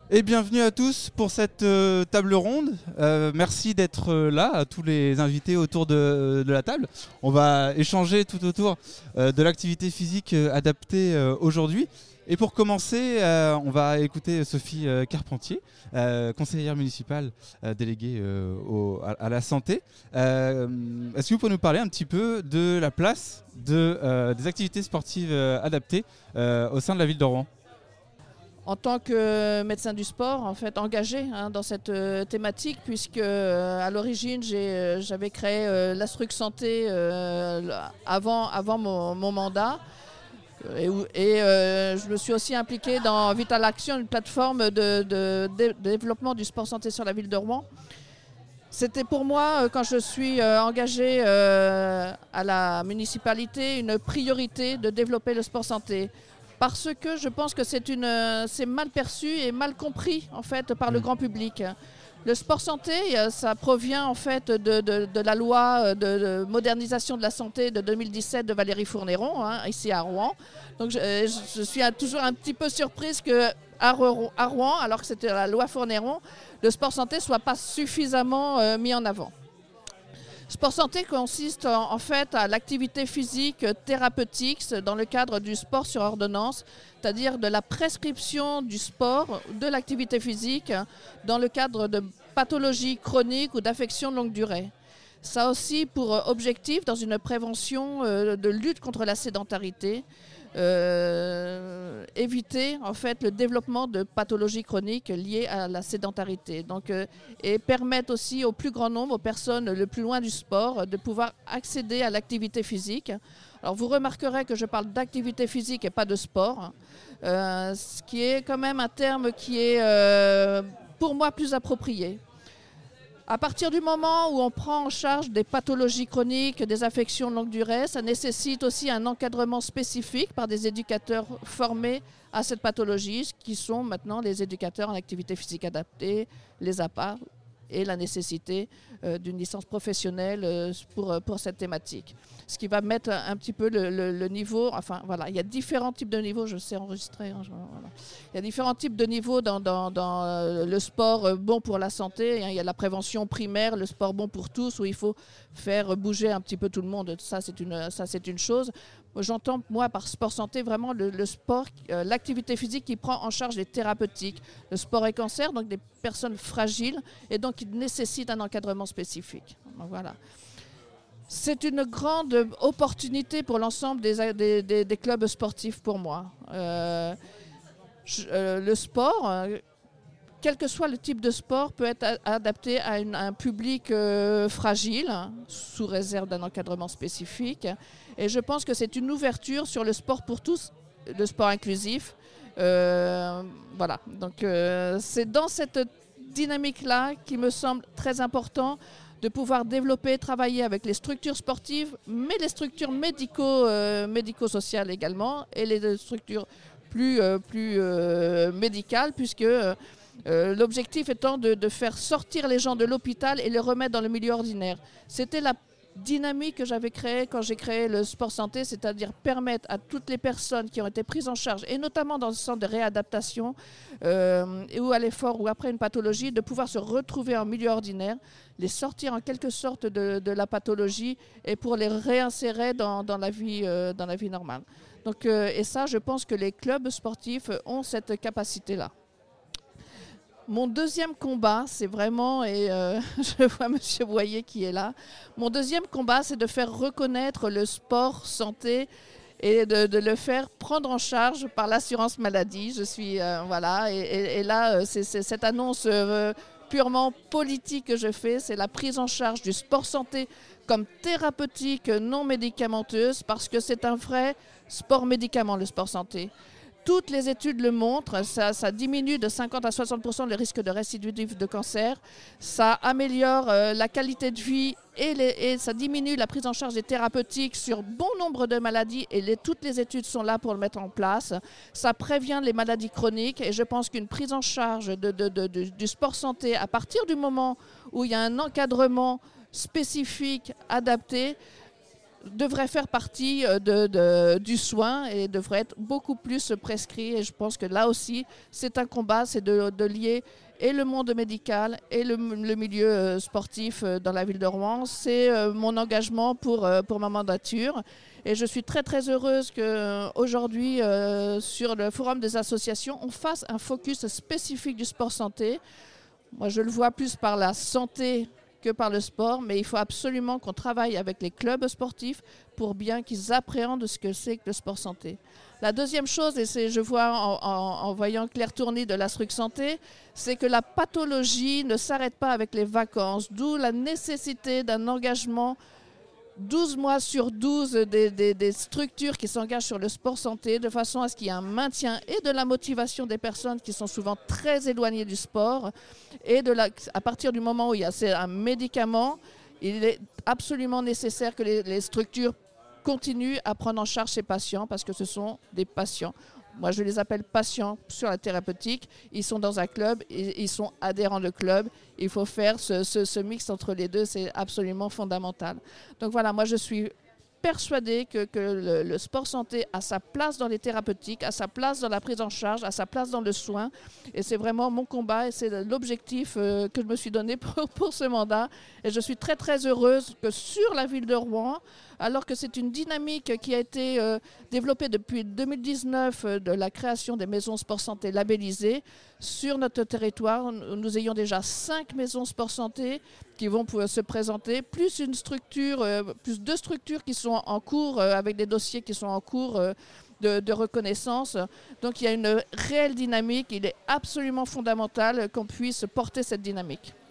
Et bienvenue à tous pour cette table ronde. Merci d'être là, à tous les invités autour de la table. On va échanger tout autour de l'activité physique adaptée aujourd'hui. Et pour commencer, on va écouter Sophie Carpentier, conseillère municipale déléguée à la santé. Est-ce que vous pouvez nous parler un petit peu de la place des activités sportives adaptées au sein de la ville de Rouen ? En tant que médecin du sport, en fait, engagé dans cette thématique, puisque à l'origine, j'avais créé l'Astruc Santé avant mon mandat. Et je me suis aussi impliquée dans Vital Action, une plateforme de développement du sport santé sur la ville de Rouen. C'était pour moi, quand je suis engagée à la municipalité, une priorité de développer le sport santé. Parce que je pense que c'est mal perçu et mal compris en fait par le grand public. Le sport santé, ça provient en fait de la loi de modernisation de la santé de 2017 de Valérie Fournéron, ici à Rouen. Donc je suis toujours un petit peu surprise qu'à Rouen, alors que c'était la loi Fournéron, le sport santé ne soit pas suffisamment mis en avant. Sport santé consiste en fait à l'activité physique thérapeutique dans le cadre du sport sur ordonnance, c'est-à-dire de la prescription du sport, de l'activité physique dans le cadre de pathologies chroniques ou d'affections de longue durée. Ça a aussi pour objectif, dans une prévention de lutte contre la sédentarité, éviter en fait le développement de pathologies chroniques liées à la sédentarité. Donc, et permettre aussi au plus grand nombre, aux personnes le plus loin du sport, de pouvoir accéder à l'activité physique. Alors vous remarquerez que je parle d'activité physique et pas de sport, ce qui est quand même un terme qui est pour moi plus approprié. À partir du moment où on prend en charge des pathologies chroniques, des affections de longue durée, ça nécessite aussi un encadrement spécifique par des éducateurs formés à cette pathologie, qui sont maintenant les éducateurs en activité physique adaptée, les APA, et la nécessité d'une licence professionnelle pour cette thématique. Ce qui va mettre un petit peu le niveau, enfin voilà, il y a différents types de niveaux, je sais enregistrer, voilà. Il y a différents types de niveaux dans le sport bon pour la santé. Il y a la prévention primaire, le sport bon pour tous, où il faut faire bouger un petit peu tout le monde, ça c'est une chose. J'entends, moi, par sport santé, vraiment le sport, l'activité physique qui prend en charge les thérapeutiques. Le sport et cancer, donc des personnes fragiles, et donc qui nécessitent un encadrement spécifique. Donc, voilà. C'est une grande opportunité pour l'ensemble des clubs sportifs pour moi. Le sport, quel que soit le type de sport, peut être adapté à un public fragile, sous réserve d'un encadrement spécifique. Et je pense que c'est une ouverture sur le sport pour tous, le sport inclusif. Voilà. Donc c'est dans cette dynamique-là qu'il me semble très important de pouvoir développer, travailler avec les structures sportives, mais les structures médico-sociales également, et les structures plus médicales, puisque l'objectif étant de faire sortir les gens de l'hôpital et les remettre dans le milieu ordinaire. C'était la dynamique que j'avais créée quand j'ai créé le sport santé, c'est-à-dire permettre à toutes les personnes qui ont été prises en charge, et notamment dans le centre de réadaptation, ou à l'effort ou après une pathologie, de pouvoir se retrouver en milieu ordinaire, les sortir en quelque sorte de la pathologie et pour les réinsérer dans la vie normale. Donc, et ça, je pense que les clubs sportifs ont cette capacité-là. Mon deuxième combat, c'est vraiment, et je vois M. Boyer qui est là, mon deuxième combat, c'est de faire reconnaître le sport santé et de le faire prendre en charge par l'assurance maladie. Je suis, voilà, et là, c'est cette annonce purement politique que je fais, c'est la prise en charge du sport santé comme thérapeutique non médicamenteuse, parce que c'est un vrai sport médicament, le sport santé. Toutes les études le montrent, ça diminue de 50 à 60% le risque de récidive de cancer, ça améliore la qualité de vie et ça diminue la prise en charge des thérapeutiques sur bon nombre de maladies, et toutes les études sont là pour le mettre en place. Ça prévient les maladies chroniques, et je pense qu'une prise en charge du sport santé, à partir du moment où il y a un encadrement spécifique, adapté, devrait faire partie du soin et devrait être beaucoup plus prescrit. Et je pense que là aussi, c'est un combat, c'est de lier et le monde médical et le milieu sportif dans la ville de Rouen. C'est mon engagement pour ma mandature. Et je suis très très heureuse qu'aujourd'hui, sur le Forum des associations, on fasse un focus spécifique du sport santé. Moi, je le vois plus par la santé que par le sport, mais il faut absolument qu'on travaille avec les clubs sportifs pour bien qu'ils appréhendent ce que c'est que le sport santé. La deuxième chose, et je vois en voyant Claire Tourny de l'Astruc Santé, c'est que la pathologie ne s'arrête pas avec les vacances, d'où la nécessité d'un engagement 12 mois sur 12 des structures qui s'engagent sur le sport santé de façon à ce qu'il y ait un maintien et de la motivation des personnes qui sont souvent très éloignées du sport. Et à partir du moment où il y a un médicament, il est absolument nécessaire que les structures continuent à prendre en charge ces patients parce que ce sont des patients. Moi, je les appelle patients sur la thérapeutique. Ils sont dans un club, ils sont adhérents de club. Il faut faire ce mix entre les deux, c'est absolument fondamental. Donc voilà, moi je suis persuadée que le sport santé a sa place dans les thérapeutiques, a sa place dans la prise en charge, a sa place dans le soin. Et c'est vraiment mon combat et c'est l'objectif que je me suis donné pour ce mandat. Et je suis très très heureuse que sur la ville de Rouen, alors que c'est une dynamique qui a été développée depuis 2019 de la création des maisons sport santé labellisées, sur notre territoire, nous ayons déjà 5 maisons sport santé qui vont pouvoir se présenter, plus plus 2 structures qui sont en cours, avec des dossiers qui sont en cours de reconnaissance. Donc il y a une réelle dynamique, il est absolument fondamental qu'on puisse porter cette dynamique.